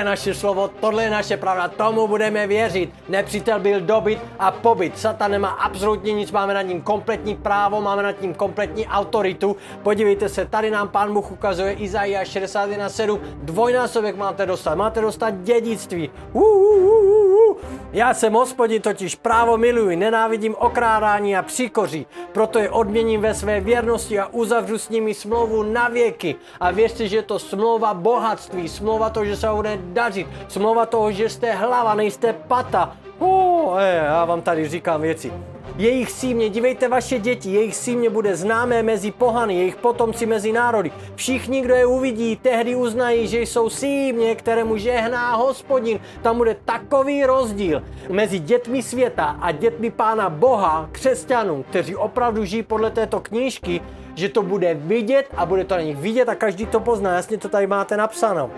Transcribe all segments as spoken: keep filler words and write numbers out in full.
naše slovo, tohle je naše pravda, tomu budeme věřit. Nepřítel byl dobyt a pobyt. Satan nemá absolutně nic, máme nad ním kompletní právo, máme nad ním kompletní autoritu. Podívejte se, tady nám Pán Bůh ukazuje Izajáš šedesát jedna sedm, dvojnásobek máte dostat, máte dostat dědictví. Uh, uh, uh, uh. Já jsem Hospodin, totiž právo miluji, nenávidím okrádání a příkoří, proto je odměním ve své věrnosti a uzavřu s nimi smlouvu na věky. A věřte, že je to smlouva bohatství, smlouva toho, že se bude dařit, smlouva toho, že jste hlava, nejste pata. Uh, je, já vám tady říkám věci. Jejich símě, dívejte vaše děti, jejich símě bude známé mezi pohany, jejich potomci mezi národy. Všichni, kdo je uvidí, tehdy uznají, že jsou símě, kterému žehná Hospodin. Tam bude takový rozdíl mezi dětmi světa a dětmi Pána Boha, křesťanů, kteří opravdu žijí podle této knížky, že to bude vidět a bude to na nich vidět a každý to pozná. Jasně to tady máte napsáno.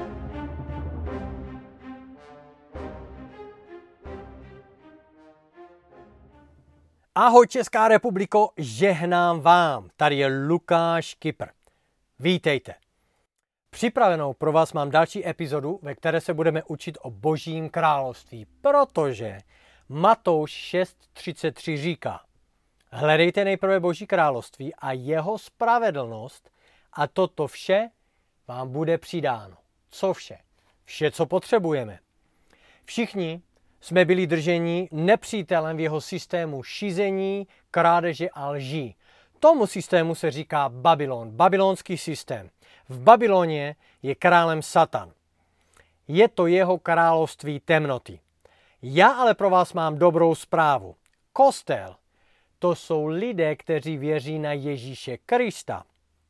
Ahoj Česká republiko, žehnám vám. Tady je Lukáš Kypr. Vítejte. Připravenou pro vás mám další epizodu, ve které se budeme učit o Božím království, protože Matouš šest třicet tři říká: hledejte nejprve Boží království a jeho spravedlnost a toto vše vám bude přidáno. Co vše? Vše, co potřebujeme. Všichni jsme byli drženi nepřítelem v jeho systému šizení, krádeže a lží. Tomu systému se říká Babylon, babylonský systém. V Babyloně je králem Satan. Je to jeho království temnoty. Já ale pro vás mám dobrou zprávu. Kostel, to jsou lidé, kteří věří na Ježíše Krista.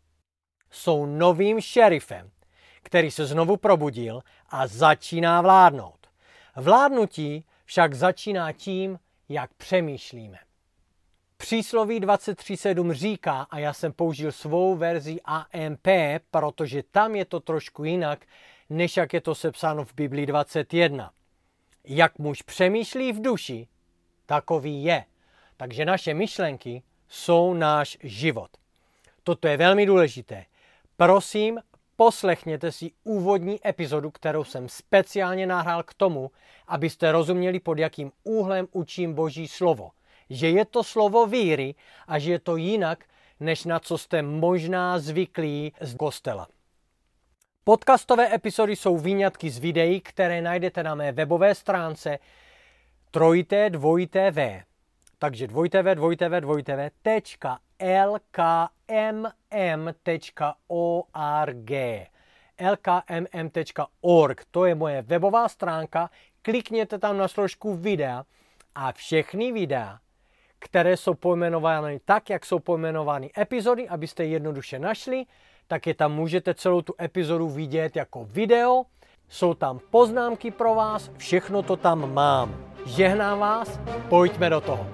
Jsou novým šerifem, který se znovu probudil a začíná vládnout. Vládnutí však začíná tím, jak přemýšlíme. Přísloví dvacet tři sedm říká, a já jsem použil svou verzi A M P, protože tam je to trošku jinak, než jak je to sepsáno v Biblii dvacet jedna. Jak muž přemýšlí v duši, takový je. Takže naše myšlenky jsou náš život. Toto je velmi důležité. Prosím, poslechněte si úvodní epizodu, kterou jsem speciálně nahrál k tomu, abyste rozuměli, pod jakým úhlem učím Boží slovo. Že je to slovo víry a že je to jinak, než na co jste možná zvyklí z kostela. Podcastové epizody jsou výňatky z videí, které najdete na mé webové stránce trojité dvojité v. Takže dvojité v, dvojité v, dvojité v, tečka l k m m tečka org. l k m m tečka org, to je moje webová stránka, klikněte tam na složku videa a všechny videa, které jsou pojmenovány tak, jak jsou pojmenovány epizody, abyste je jednoduše našli, tak je tam můžete celou tu epizodu vidět jako video, jsou tam poznámky pro vás, všechno to tam mám. Žehnám vás, pojďme do toho.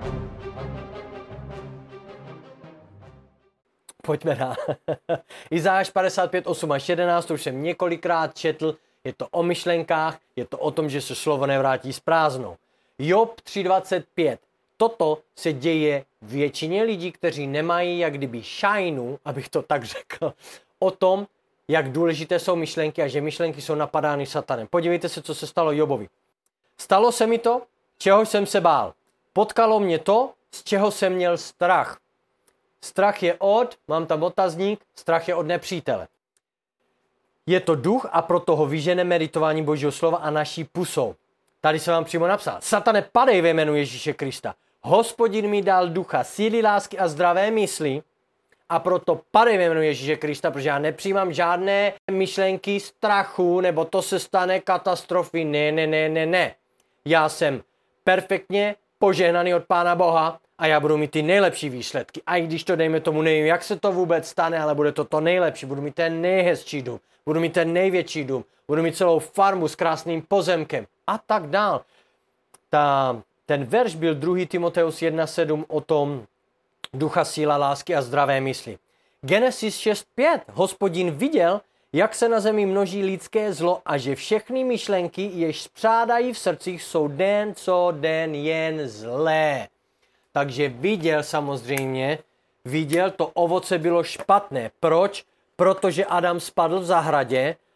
Pojďme dál. Izajáš padesát pět, osm až jedenáct, to už jsem několikrát četl, je to o myšlenkách, je to o tom, že se slovo nevrátí s prázdnou. Job tři dvacet pět. Toto se děje většině lidí, kteří nemají jak kdyby šajnu, abych to tak řekl, o tom, jak důležité jsou myšlenky a že myšlenky jsou napadány satanem. Podívejte se, co se stalo Jobovi. Stalo se mi to, čeho jsem se bál. Potkalo mě to, z čeho jsem měl strach. Strach je od, mám tam otazník, strach je od nepřítele. Je to duch a proto ho vyžene meditování Božího slova a naší pusou. Tady se vám přímo napsal: Satane, padej ve jménu Ježíše Krista. Hospodin mi dal ducha, síly, lásky a zdravé mysli a proto padej ve jménu Ježíše Krista, protože já nepřijímám žádné myšlenky strachu nebo to se stane katastrofy. Ne, ne, ne, ne, ne. Já jsem perfektně požehnaný od Pána Boha a já budu mít ty nejlepší výsledky. A i když to, dejme tomu, nevím, jak se to vůbec stane, ale bude to to nejlepší. Budu mít ten nejhezčí dům, budu mít ten největší dům, budu mít celou farmu s krásným pozemkem a tak dál. Ta, ten verš byl druhý Timoteus jedna sedm o tom ducha, síla, lásky a zdravé mysli. Genesis šest pět. Hospodin viděl, jak se na zemi množí lidské zlo a že všechny myšlenky, jež spřádají v srdcích, jsou den co den jen zlé. Takže viděl samozřejmě, viděl, to ovoce bylo špatné. Proč? Protože Adam spadl v zahradě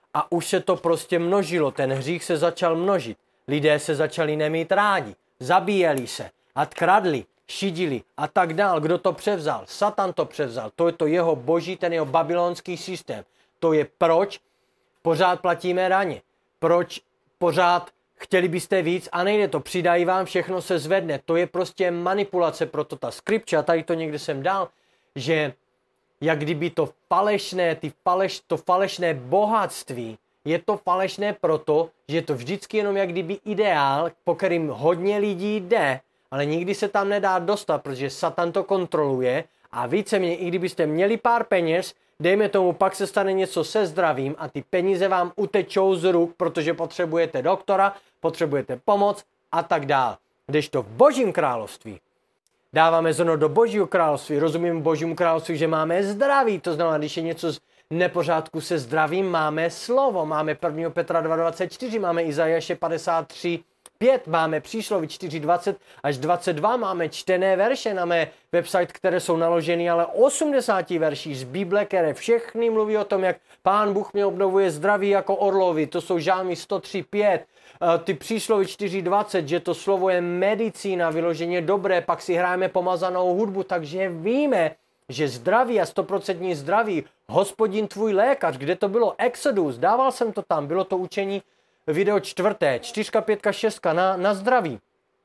A už se to prostě množilo, ten hřích se začal množit. Lidé se začali nemít rádi, zabíjeli se a kradli, šidili a tak dál. Kdo to převzal? Satan to převzal. To je to jeho boží, ten jeho babylonský systém. To je proč pořád platíme daně. Proč pořád chtěli byste víc a nejde to. Přidají vám, všechno se zvedne. To je prostě manipulace, proto ta scripture, tady to někde jsem dal, že jak kdyby to falešné, ty faleš, to falešné bohatství, je to falešné proto, že je to vždycky jenom jak kdyby ideál, po kterým hodně lidí jde, ale nikdy se tam nedá dostat, protože Satan to kontroluje a víceméně, i kdybyste měli pár peněz, dejme tomu, pak se stane něco se zdravím a ty peníze vám utečou z ruk, protože potřebujete doktora, potřebujete pomoc a tak dále. Kdežto v Božím království dáváme zrno do Božího království, rozumím Božímu království, že máme zdraví, to znamená, když je něco z nepořádku se zdravím, máme slovo, máme prvního Petra dva dvacet čtyři, máme Izajaše padesát tři pět, máme přísloví čtyři dvacet až dvacet dva, máme čtené verše na mé website, které jsou naloženy, ale osmdesát verší z Bible, které všechny mluví o tom, jak Pán Bůh mě obnovuje zdraví jako orlovi, to jsou žálmy sto tři pět, ty přísloví čtyři dvacet, že to slovo je medicína, vyloženě dobré, pak si hrajeme pomazanou hudbu, takže víme, že zdraví a stoprocentní zdraví, Hospodin tvůj lékař, kde to bylo Exodus, dával jsem to tam, bylo to učení video čtvrté, čtyřka, pětka, šestka na, na zdraví.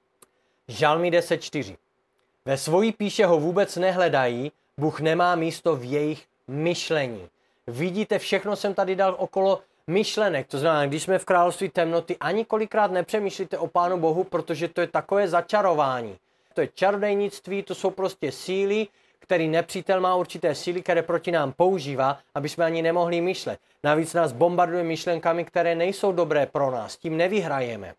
Žalmy deset čtyři. Ve svojí píše ho vůbec nehledají, Bůh nemá místo v jejich myšlení. Vidíte, všechno jsem tady dal okolo myšlenek, to znamená, když jsme v království temnoty, ani kolikrát nepřemýšlíte o Pánu Bohu, protože to je takové začarování. To je čarodejnictví, to jsou prostě síly, který nepřítel má určité síly, které proti nám používá, aby jsme ani nemohli myšlet. Navíc nás bombarduje myšlenkami, které nejsou dobré pro nás, tím nevyhrajeme.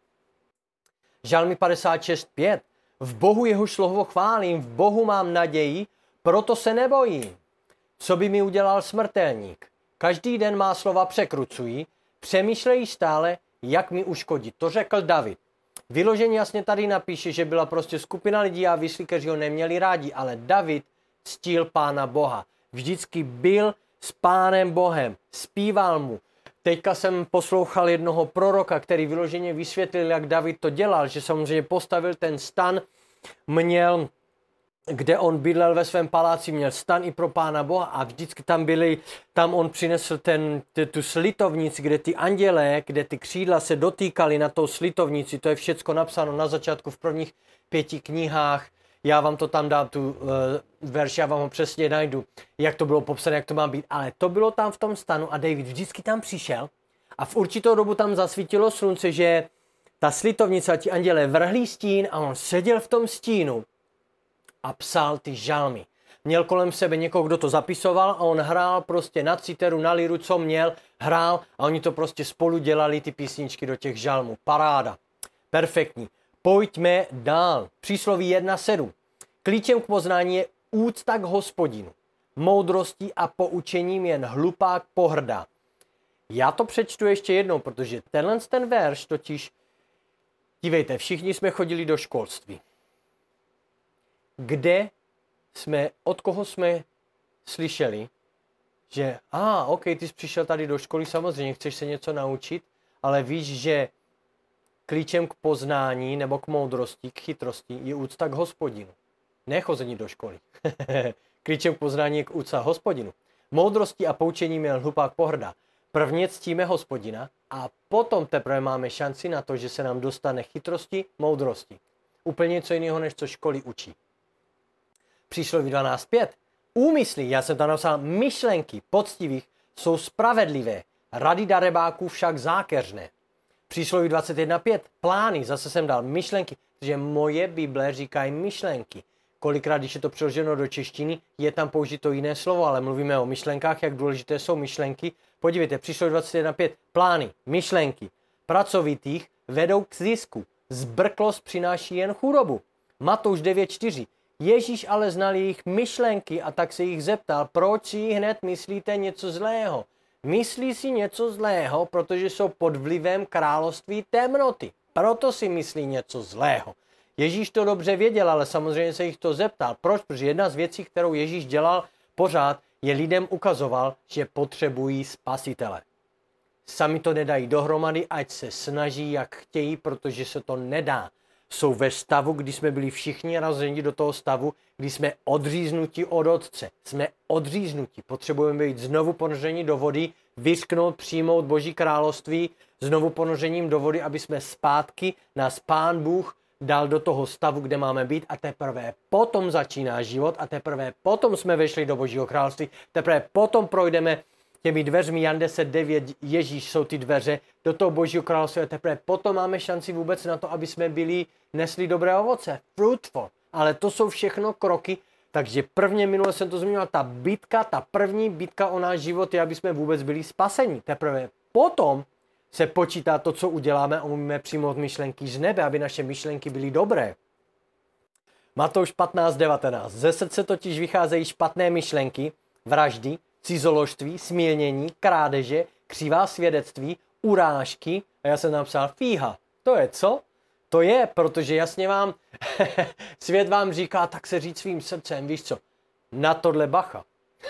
Žalmy padesát šest pět. V Bohu jehož slovo chválím, v Bohu mám naději, proto se nebojím. Co by mi udělal smrtelník? Každý den má slova překrucují, přemýšlejí stále, jak mi uškodit. To řekl David. Vyloženě jasně tady napíše, že byla prostě skupina lidí a vyšli, kteří ho neměli rádi, ale David ctil Pána Boha. Vždycky byl s Pánem Bohem, zpíval mu. Teďka jsem poslouchal jednoho proroka, který vyloženě vysvětlil, jak David to dělal, že samozřejmě postavil ten stan, měl, kde on bydlel ve svém paláci, měl stan i pro Pána Boha a vždycky tam byli, tam on přinesl ten, tu slitovnici, kde ty andělé, kde ty křídla se dotýkaly na tou slitovnici, to je všecko napsáno na začátku v prvních pěti knihách. Já vám to tam dám, tu uh, verš, já vám ho přesně najdu, jak to bylo popsané, jak to má být. Ale to bylo tam v tom stanu a David vždycky tam přišel a v určitou dobu tam zasvítilo slunce, že ta slitovnice a ti andělé vrhlí stín a on seděl v tom stínu a psal ty žalmy. Měl kolem sebe někoho, kdo to zapisoval a on hrál prostě na citeru, na liru, co měl, hrál a oni to prostě spolu dělali ty písničky do těch žalmů. Paráda. Perfektní. Pojďme dál. Přísloví jedna sedm. Klíčem k poznání je úcta k Hospodinu. Moudrostí a poučením jen hlupák pohrdá. Já to přečtu ještě jednou, protože tenhle ten verš totiž, dívejte, všichni jsme chodili do školství. Kde jsme, od koho jsme slyšeli, že a, ah, ok, ty jsi přišel tady do školy, samozřejmě chceš se něco naučit, ale víš, že klíčem k poznání nebo k moudrosti, k chytrosti je úcta k Hospodinu. Ne chození do školy. Klíčem k poznání je k úcta Hospodinu. Moudrosti a poučením je hlupák pohrdá. Prvně ctíme Hospodina a potom teprve máme šanci na to, že se nám dostane chytrosti, moudrosti. Úplně něco jiného, než co školy učí. Přísloví dvanáct pět. Úmysly, já jsem tam napsal, myšlenky poctivých jsou spravedlivé, rady darebáků však zákeřné. Přísloví dvacet jedna pět. Plány, zase jsem dal myšlenky, protože moje Bible říkají myšlenky. Kolikrát, když je to přeloženo do češtiny, je tam použito jiné slovo, ale mluvíme o myšlenkách, jak důležité jsou myšlenky. Podívejte, přísloví dvacet jedna pět. Plány, myšlenky pracovitých vedou k zisku. Zbrklost přináší jen chudobu. Matouš devět čtyři. Ježíš ale znal jejich myšlenky a tak se jich zeptal, proč si hned myslíte něco zlého. Myslí si něco zlého, protože jsou pod vlivem království temnoty. Proto si myslí něco zlého. Ježíš to dobře věděl, ale samozřejmě se jich to zeptal. Proč? Protože jedna z věcí, kterou Ježíš dělal pořád, je lidem ukazoval, že potřebují spasitele. sami to nedají dohromady, ať se snaží, jak chtějí, protože se to nedá. Jsou ve stavu, kdy jsme byli všichni razeni do toho stavu, kdy jsme odříznuti od Otce. Jsme odříznuti. Potřebujeme být znovu ponoření do vody, vyřknout, přijmout Boží království, znovu ponořením do vody, aby jsme zpátky nás Pán Bůh dal do toho stavu, kde máme být, a teprve potom začíná život a teprve potom jsme vešli do Božího království, teprve potom projdeme těmi dveřmi, Jan deset devět, Ježíš jsou ty dveře do toho Božího království a teprve potom máme šanci vůbec na to, aby jsme byli, nesli dobré ovoce, fruitful. Ale to jsou všechno kroky, takže prvně minule jsem to zmiňoval, ta bitka, ta první bitka o náš život je, aby jsme vůbec byli spaseni. Teprve potom se počítá to, co uděláme a umíme přijmout myšlenky z nebe, aby naše myšlenky byly dobré. Matouš patnáct devatenáct. Ze srdce totiž vycházejí špatné myšlenky, vraždy, cizoložství, smilnění, krádeže, křivá svědectví, urážky. A já jsem napsal fíha. To je co? To je, protože jasně vám, svět vám říká, tak se říct svým srdcem, víš co? Na tohle bacha.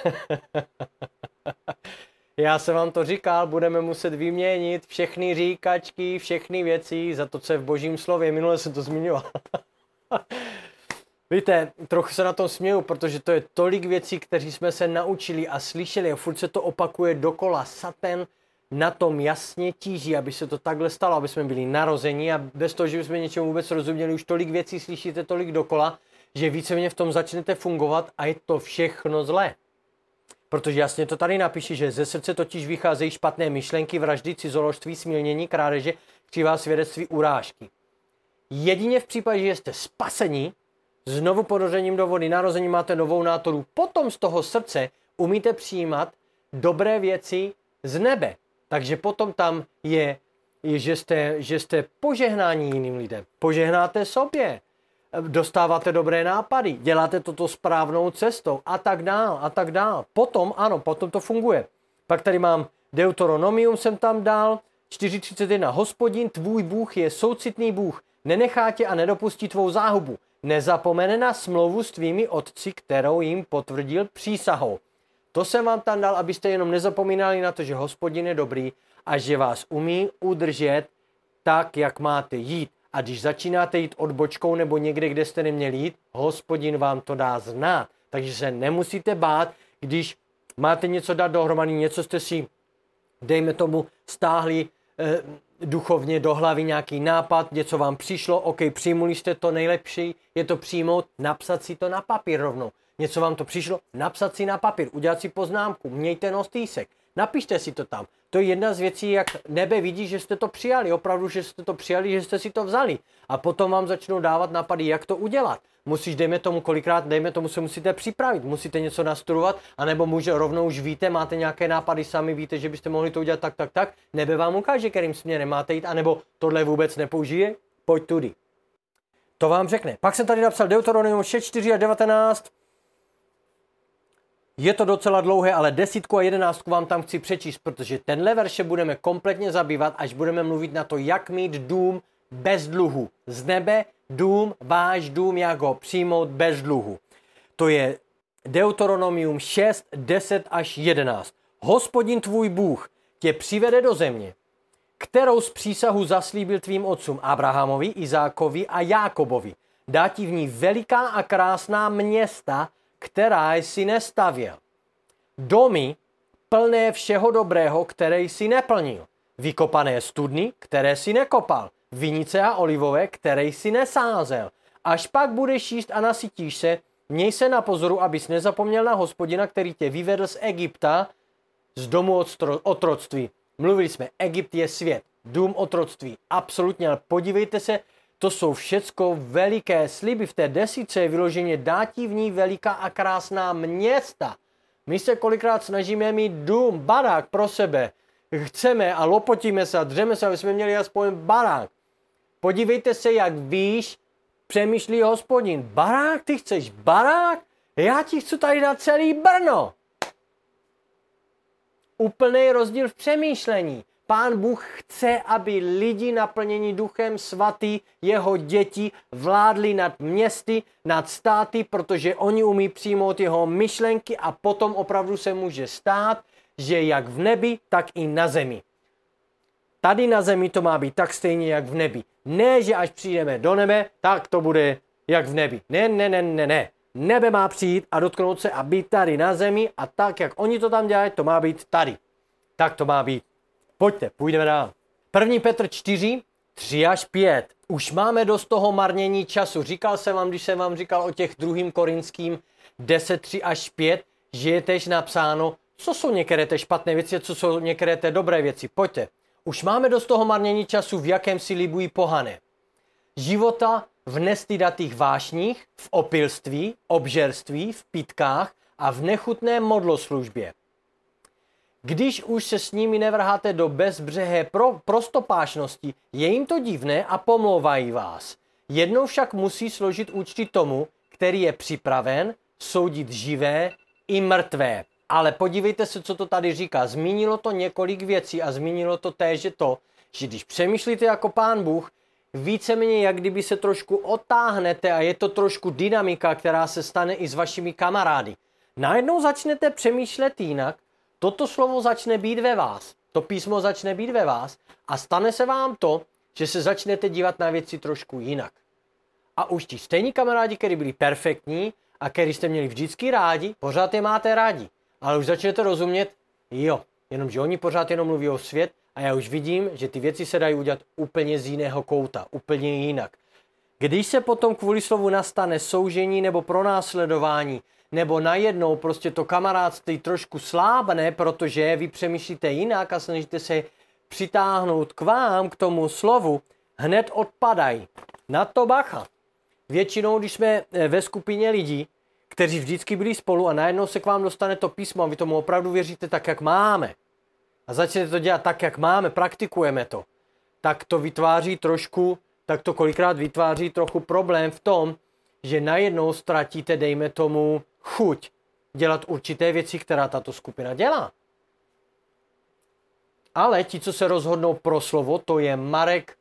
Já jsem vám to říkal, budeme muset vyměnit všechny říkačky, všechny věci za to, co je v Božím slově. Minule jsem to zmiňoval. Víte, trochu se na tom směju, protože to je tolik věcí, které jsme se naučili a slyšeli a furt se to opakuje dokola. Satan na tom jasně tíží, aby se to takhle stalo, aby jsme byli narozeni a bez toho, že bychom něčemu vůbec rozuměli, už tolik věcí slyšíte tolik dokola, že víceméně v tom začnete fungovat a je to všechno zlé. Protože jasně to tady napíše, že ze srdce totiž vycházejí špatné myšlenky, vraždy, cizoložství, smilnění, krádeže, křivá svědectví, urážky. Jedině v případě, že jste spasení, znovu ponořením do vody, narozením máte novou nátoru, potom z toho srdce umíte přijímat dobré věci z nebe. Takže potom tam je, je že, jste, že jste požehnání jiným lidem. Požehnáte sobě. Dostáváte dobré nápady, děláte toto správnou cestou a tak dál, a tak dál. Potom, ano, potom to funguje. Pak tady mám Deuteronomium, jsem tam dal, čtyři třicet jedna. Hospodin, tvůj Bůh je soucitný Bůh, nenechá tě a nedopustí tvou záhubu. Nezapomene na smlouvu s tvými otci, kterou jim potvrdil přísahou. To jsem vám tam dal, abyste jenom nezapomínali na to, že Hospodin je dobrý a že vás umí udržet tak, jak máte jít. A když začínáte jít odbočkou nebo někde, kde jste neměli jít, Hospodin vám to dá znát. Takže se nemusíte bát, když máte něco dát dohromady, něco jste si, dejme tomu, stáhli eh, duchovně do hlavy nějaký nápad, něco vám přišlo, ok, přijmuli jste to, nejlepší je to přijmout, napsat si to na papír rovnou. Něco vám to přišlo, napsat si na papír, udělat si poznámku, mějte notýsek, napište si to tam. To je jedna z věcí, jak nebe vidí, že jste to přijali, opravdu, že jste to přijali, že jste si to vzali. A potom vám začnou dávat nápady, jak to udělat. Musíš, dejme tomu, kolikrát, dejme tomu, se musíte připravit, musíte něco nastudovat, anebo může rovnou už víte, máte nějaké nápady sami, víte, že byste mohli to udělat tak, tak, tak, nebe vám ukáže, kterým směrem máte jít, anebo tohle vůbec nepoužije, pojď tudy. To vám řekne. Pak jsem tady napsal Deuteronomium šest, čtyři a devatenáct. Je to docela dlouhé, ale desítku a jedenáctku vám tam chci přečíst, protože tenhle verše budeme kompletně zabývat, až budeme mluvit na to, jak mít dům bez dluhu. Z nebe dům, váš dům, jak ho přijmout bez dluhu. To je Deuteronomium šest, deset až jedenáct. Hospodin tvůj Bůh tě přivede do země, kterou z přísahu zaslíbil tvým otcům Abrahamovi, Izákovi a Jákobovi. Dá ti v ní veliká a krásná města, která jsi nestavěl. Domy plné všeho dobrého, které jsi neplnil. Vykopané studny, které jsi nekopal. Vinice a olivové, které jsi nesázel. Až pak budeš jíst a nasytíš se, měj se na pozoru, abys nezapomněl na Hospodina, který tě vyvedl z Egypta, z domu otroctví. Mluvili jsme, Egypt je svět, dům otroctví. Absolutně, ale podívejte se, to jsou všecko veliké sliby. V té desítce je vyloženě dá ti v ní veliká a krásná města. My se kolikrát snažíme mít dům, barák pro sebe. Chceme a lopotíme se a dřeme se, aby jsme měli aspoň barák. Podívejte se, jak víš, přemýšlí Hospodin. Barák? Ty chceš barák? Já ti chci tady dát celý Brno. Úplný rozdíl v přemýšlení. Pán Bůh chce, aby lidi naplnění Duchem Svatý, jeho děti, vládli nad městy, nad státy, protože oni umí přijmout jeho myšlenky a potom opravdu se může stát, že jak v nebi, tak i na zemi. tady na zemi to má být tak stejně, jak v nebi. Ne, že až přijdeme do nebe, tak to bude jak v nebi. Ne, ne, ne, ne, ne. Nebe má přijít a dotknout se a být tady na zemi a tak, jak oni to tam dělají, to má být tady. Tak to má být. Pojďte, půjdeme dál. první Petr čtyři, tři až pět. Už máme dost toho marnění času. Říkal jsem vám, když jsem vám říkal o těch druhým Korinským deset, tři až pět, že je tež napsáno, co jsou některé té špatné věci, co jsou některé té dobré věci. Pojďte. Už máme dost toho marnění času, v jakém si libují pohané. Života v nestydatých vášních, v opilství, obžerství, v pitkách a v nechutné modloslužbě. Když už se s nimi nevrháte do bezbřehé pro, prostopášnosti, je jim to divné a pomlouvají vás. Jednou však musí složit účty tomu, který je připraven soudit živé i mrtvé. Ale podívejte se, co to tady říká. Zmínilo to několik věcí a zmínilo to též to, že když přemýšlíte jako Pán Bůh, víceméně jak kdyby se trošku otáhnete a je to trošku dynamika, která se stane i s vašimi kamarády. Najednou začnete přemýšlet jinak, toto slovo začne být ve vás, to písmo začne být ve vás a stane se vám to, že se začnete dívat na věci trošku jinak. A už ti stejní kamarádi, kteří byli perfektní a kteří jste měli vždycky rádi, pořád je máte rádi. Ale už začnete rozumět, jo, jenomže oni pořád jenom mluví o svět a já už vidím, že ty věci se dají udělat úplně z jiného kouta, úplně jinak. Když se potom kvůli slovu nastane soužení nebo pronásledování, nebo najednou prostě to kamarádství trošku slábne, protože vy přemýšlíte jinak a snažíte se přitáhnout k vám, k tomu slovu, hned odpadají. Na to bacha. Většinou, když jsme ve skupině lidí, kteří vždycky byli spolu a najednou se k vám dostane to písmo a vy tomu opravdu věříte tak, jak máme a začnete to dělat tak, jak máme, praktikujeme to, tak to vytváří trošku, tak to kolikrát vytváří trochu problém v tom, že najednou ztratíte, dejme tomu, chuť dělat určité věci, která tato skupina dělá. Ale ti, co se rozhodnou pro slovo, to je Marek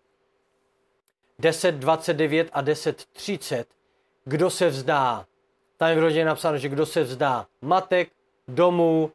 deset dvacet devět a deset třicet. Kdo se vzdá? Tam je v rodině napsáno, že kdo se vzdá matek, domů,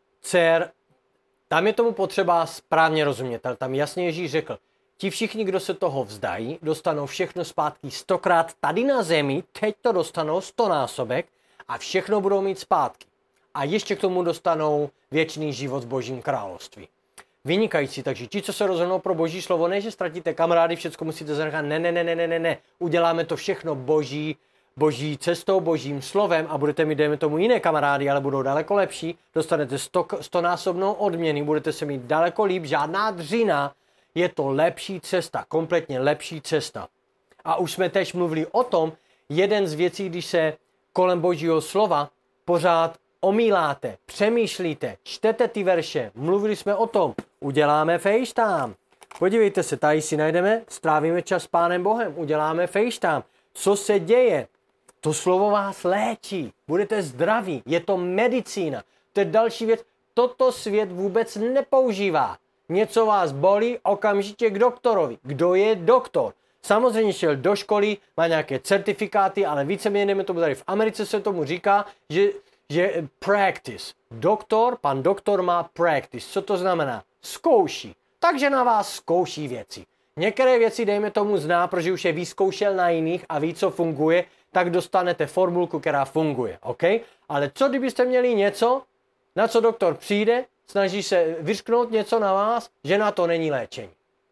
dcer. Tam je tomu potřeba správně rozumět. Ale tam jasně Ježíš řekl, ti všichni, kdo se toho vzdají, dostanou všechno zpátky stokrát tady na zemi, teď to dostanou stonásobek a všechno budou mít zpátky. A ještě k tomu dostanou věčný život v Božím království. Vynikající, takže ti, co se rozhodnou pro Boží slovo, ne, že ztratíte kamarády, všecko musíte zanechat, ne, ne, ne, ne, ne, ne, ne, uděláme to všechno boží, boží cestou, božím slovem a budete mít, dejme tomu, jiné kamarády, ale budou daleko lepší, dostanete sto, stonásobnou odměnu, budete se mít daleko líp, žádná dřina, je to lepší cesta, kompletně lepší cesta. A už jsme tež mluvili o tom, jeden z věcí, když se kolem Božího slova pořád omíláte, přemýšlíte, čtete ty verše, mluvili jsme o tom, uděláme FaceTime. Podívejte se, tady si najdeme, strávíme čas s Pánem Bohem, uděláme FaceTime. Co se děje? To slovo vás léčí, budete zdraví, je to medicína. To je další věc, toto svět vůbec nepoužívá. Něco vás bolí, okamžitě k doktorovi. Kdo je doktor? Samozřejmě šel do školy, má nějaké certifikáty, ale víceméně jdeme tomu tady v Americe se tomu říká, že, že practice. Doktor, pan doktor má practice. Co to znamená? Zkouší. Takže na vás zkouší věci. Některé věci, dejme tomu, zná, protože už je vyzkoušel na jiných a ví, co funguje, tak dostanete formulku, která funguje. Okay? Ale co kdybyste měli něco, na co doktor přijde, snaží se vyřknout něco na vás, že na to není léčení.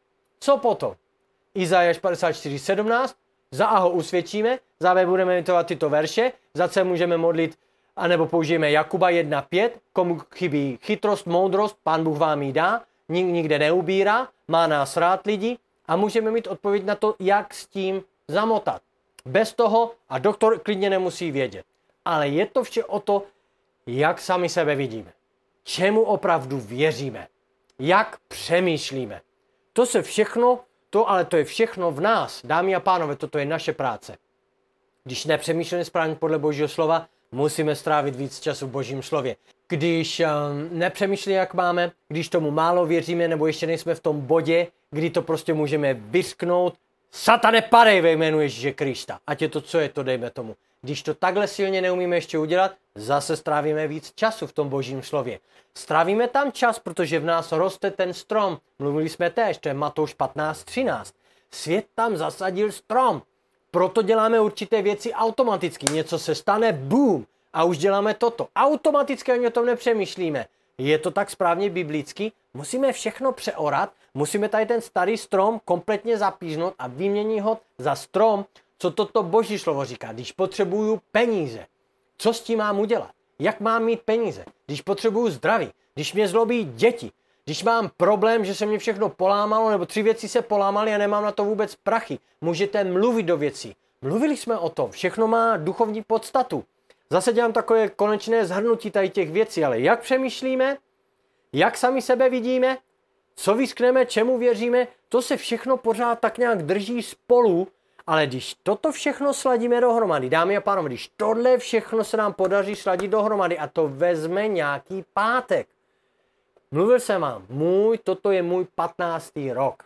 Co potom? Izajáš padesát čtyři sedmnáct, za A ho usvědčíme, za B budeme meditovat tyto verše, za C můžeme modlit, anebo použijeme Jakuba jedna pět, komu chybí chytrost, moudrost, Pán Bůh vám ji dá, nik, nikde neubírá, má nás rád lidi a můžeme mít odpověď na to, jak s tím zamotat. Bez toho, a doktor klidně nemusí vědět, ale je to vše o to, jak sami sebe vidíme. Čemu opravdu věříme, jak přemýšlíme. To se všechno, to ale to je všechno v nás, dámy a pánové, toto je naše práce. Když nepřemýšlíme správně podle Božího slova, musíme strávit víc času v Božím slově. Když um, nepřemýšlíme, jak máme, když tomu málo věříme, nebo ještě nejsme v tom bodě, kdy to prostě můžeme vyřknout, Satane, padej ve jménu Ježíše Krista. Ať je to, co je to, dejme tomu. Když to takhle silně neumíme ještě udělat, zase strávíme víc času v tom božím slově. Strávíme tam čas, protože v nás roste ten strom. Mluvili jsme též, to je Matouš patnáct třináct. Svět tam zasadil strom. Proto děláme určité věci automaticky. Něco se stane, boom, a už děláme toto. Automaticky ani o tom nepřemýšlíme. Je to tak správně biblicky? Musíme všechno přeorat, musíme tady ten starý strom kompletně zapížnout a vyměnit ho za strom, co toto boží slovo říká. Když potřebuju peníze, co s tím mám udělat? Jak mám mít peníze? Když potřebuju zdraví, když mě zlobí děti, když mám problém, že se mě všechno polámalo, nebo tři věci se polámaly a nemám na to vůbec prachy, můžete mluvit do věcí. Mluvili jsme o tom, všechno má duchovní podstatu. Zase dělám takové konečné shrnutí tady těch věcí, ale jak přemýšlíme, jak sami sebe vidíme, co vyskneme, čemu věříme, to se všechno pořád tak nějak drží spolu, ale když toto všechno sladíme dohromady, dámy a pánové, když tohle všechno se nám podaří sladit dohromady a to vezme nějaký pátek. Mluvil jsem vám, můj, toto je můj patnáctý rok.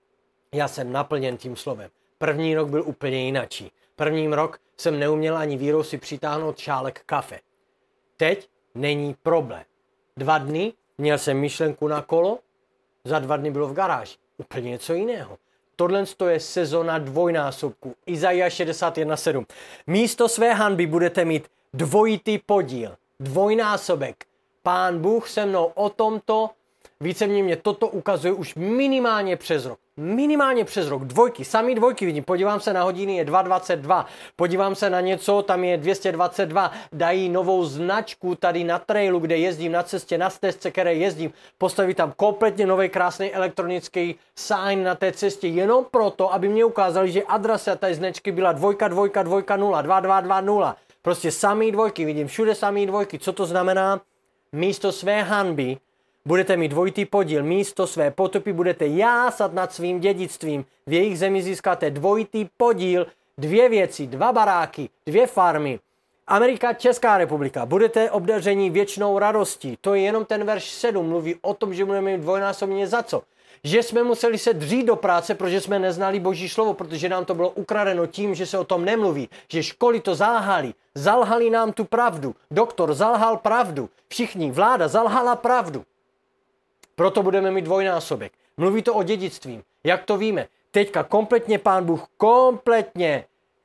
Já jsem naplněn tím slovem. První rok byl úplně jinačí. První rok jsem neuměl ani vírou si přitáhnout šálek kafe. Teď není problém. Dva dny měl jsem myšlenku na kolo, za dva dny bylo v garáži. Úplně něco jiného. Tohle je sezona dvojnásobku. Izajáš šedesát jedna sedm. Místo své hanby budete mít dvojitý podíl. Dvojnásobek. Pán Bůh se mnou o tomto, víceméně mě toto ukazuje už minimálně přes rok. Minimálně přes rok. Dvojky, samý dvojky vidím. Podívám se na hodiny, je dva dvacet dva. Podívám se na něco, tam je dvě stě dvacet dva. Dají novou značku tady na trailu, kde jezdím na cestě, na stezce, které jezdím. Postaví tam kompletně nový krásný elektronický sign na té cestě. Jenom proto, aby mě ukázali, že adresa té značky byla dvojka, dvojka, dvojka, nula, dva, dva, dva, nula. Prostě samý dvojky vidím. Všude samý dvojky. Co to znamená? Místo své hanby budete mít dvojitý podíl, místo své potupy budete jásat nad svým dědictvím. V jejich zemi získáte dvojitý podíl, dvě věci, dva baráky, dvě farmy. Amerika, Česká republika, budete obdaření věčnou radostí. To je jenom ten verš sedm, mluví o tom, že budeme mít dvojnásobně za co. Že jsme museli se dřít do práce, protože jsme neznali Boží slovo, protože nám to bylo ukradeno tím, že se o tom nemluví, že školy to zalhali. Zalhali nám tu pravdu. Doktor zalhal pravdu. Všichni, vláda zalhala pravdu. Proto budeme mít dvojnásobek. Mluví to o dědictví. Jak to víme? Teďka kompletně Pán Bůh kompletně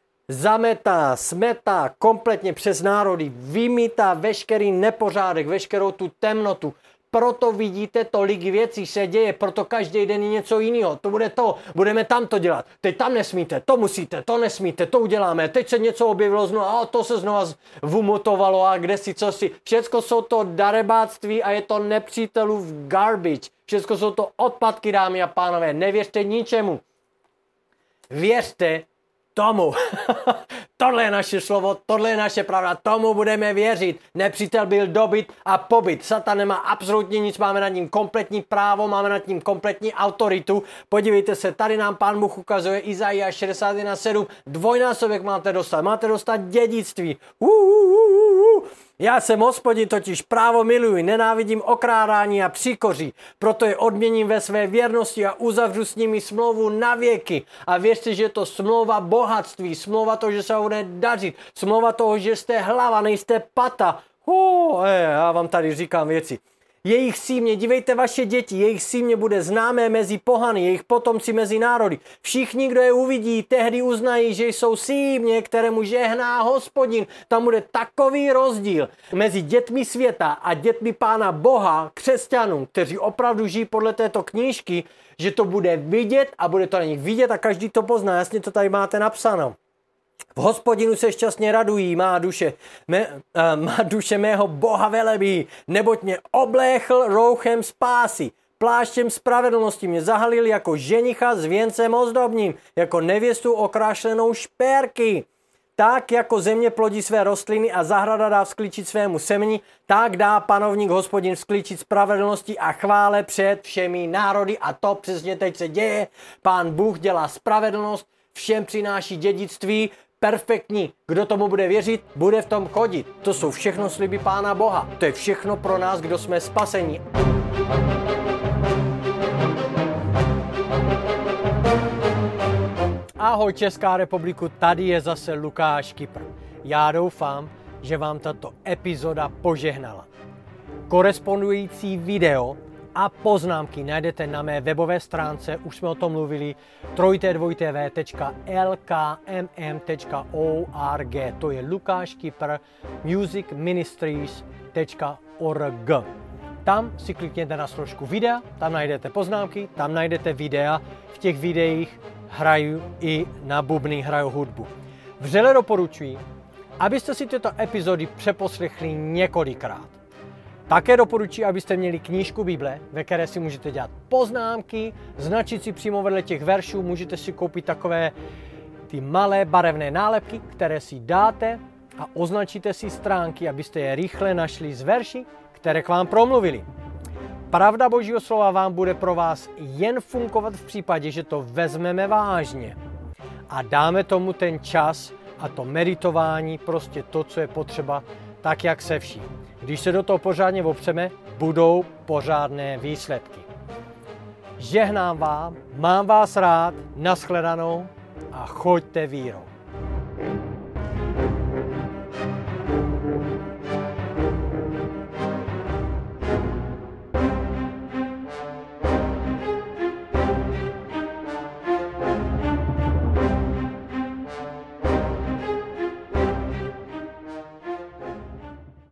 zametá, smetá kompletně přes národy, vymítá veškerý nepořádek, veškerou tu temnotu. Proto vidíte, tolik věcí se děje, proto každý den je něco jiného. To bude to, budeme tam to dělat. Teď tam nesmíte, to musíte, to nesmíte, to uděláme. Teď se něco objevilo znovu, a to se znovu vumutovalo a kde si, co si. Všecko jsou to darebáctví a je to nepřítelův garbage. Všecko jsou to odpadky, dámy a pánové. Nevěřte ničemu. Věřte tomu. Tohle je naše slovo, tohle je naše pravda, tomu budeme věřit. Nepřítel byl dobyt a pobyt. Satan nemá absolutně nic, máme nad ním kompletní právo, máme nad ním kompletní autoritu. Podívejte se, tady nám Pán Bůh ukazuje Izajáš šedesát jedna sedm, dvojnásobek máte dostat, máte dostat dědictví. Uh, uh, uh, uh. Já jsem Hospodin, totiž právo miluji, nenávidím okrádání a příkoří, proto je odměním ve své věrnosti a uzavřu s nimi smlouvu na věky. A věřte, že je to smlouva bohatství, smlouva toho, že se vám bude dařit, smlouva toho, že jste hlava, nejste pata. Oh, já vám tady říkám věci. Jejich símě, dívejte vaše děti, jejich símě bude známé mezi pohany, jejich potomci mezi národy. Všichni, kdo je uvidí, tehdy uznají, že jsou símě, kterému žehná Hospodin. Tam bude takový rozdíl mezi dětmi světa a dětmi Pána Boha, křesťanů, kteří opravdu žijí podle této knížky, že to bude vidět a bude to na nich vidět a každý to pozná. Jasně to tady máte napsáno. V Hospodinu se šťastně radují, má duše, mé, uh, má duše mého Boha velebí, neboť mě obléchl rouchem spásy, pláštěm spravedlnosti mě zahalil jako ženicha s věncem ozdobním, jako nevěstu okrášlenou šperky. Tak jako země plodí své rostliny a zahrada dá vzklíčit svému semeni, tak dá panovník Hospodin vzklíčit spravedlnosti a chvále před všemi národy. A to přesně teď se děje. Pán Bůh dělá spravedlnost, všem přináší dědictví, perfektní. Kdo tomu bude věřit, bude v tom chodit. To jsou všechno sliby Pána Boha. To je všechno pro nás, kdo jsme spaseni. Ahoj Česká republiku, tady je zase Lukáš Kypr. já doufám, že vám tato epizoda požehnala. Korespondující video a poznámky najdete na mé webové stránce, už jsme o tom mluvili, w w w tečka l k m m tečka org, to je Lukáš Kypr music ministries tečka org. Tam si klikněte na složku videa, tam najdete poznámky, tam najdete videa, v těch videích hraju i na bubny, hraju hudbu. Vřele doporučuji, abyste si tyto epizody přeposlechli několikrát. Také doporučuji, abyste měli knížku Bible, ve které si můžete dělat poznámky, značit si přímo vedle těch veršů, můžete si koupit takové ty malé barevné nálepky, které si dáte a označíte si stránky, abyste je rychle našli z verší, které k vám promluvili. Pravda Božího slova vám bude pro vás jen fungovat v případě, že to vezmeme vážně a dáme tomu ten čas a to meditování, prostě to, co je potřeba, tak jak se vším. Když se do toho pořádně opřeme, budou pořádné výsledky. Žehnám vám, mám vás rád, nashledanou a choďte vírou.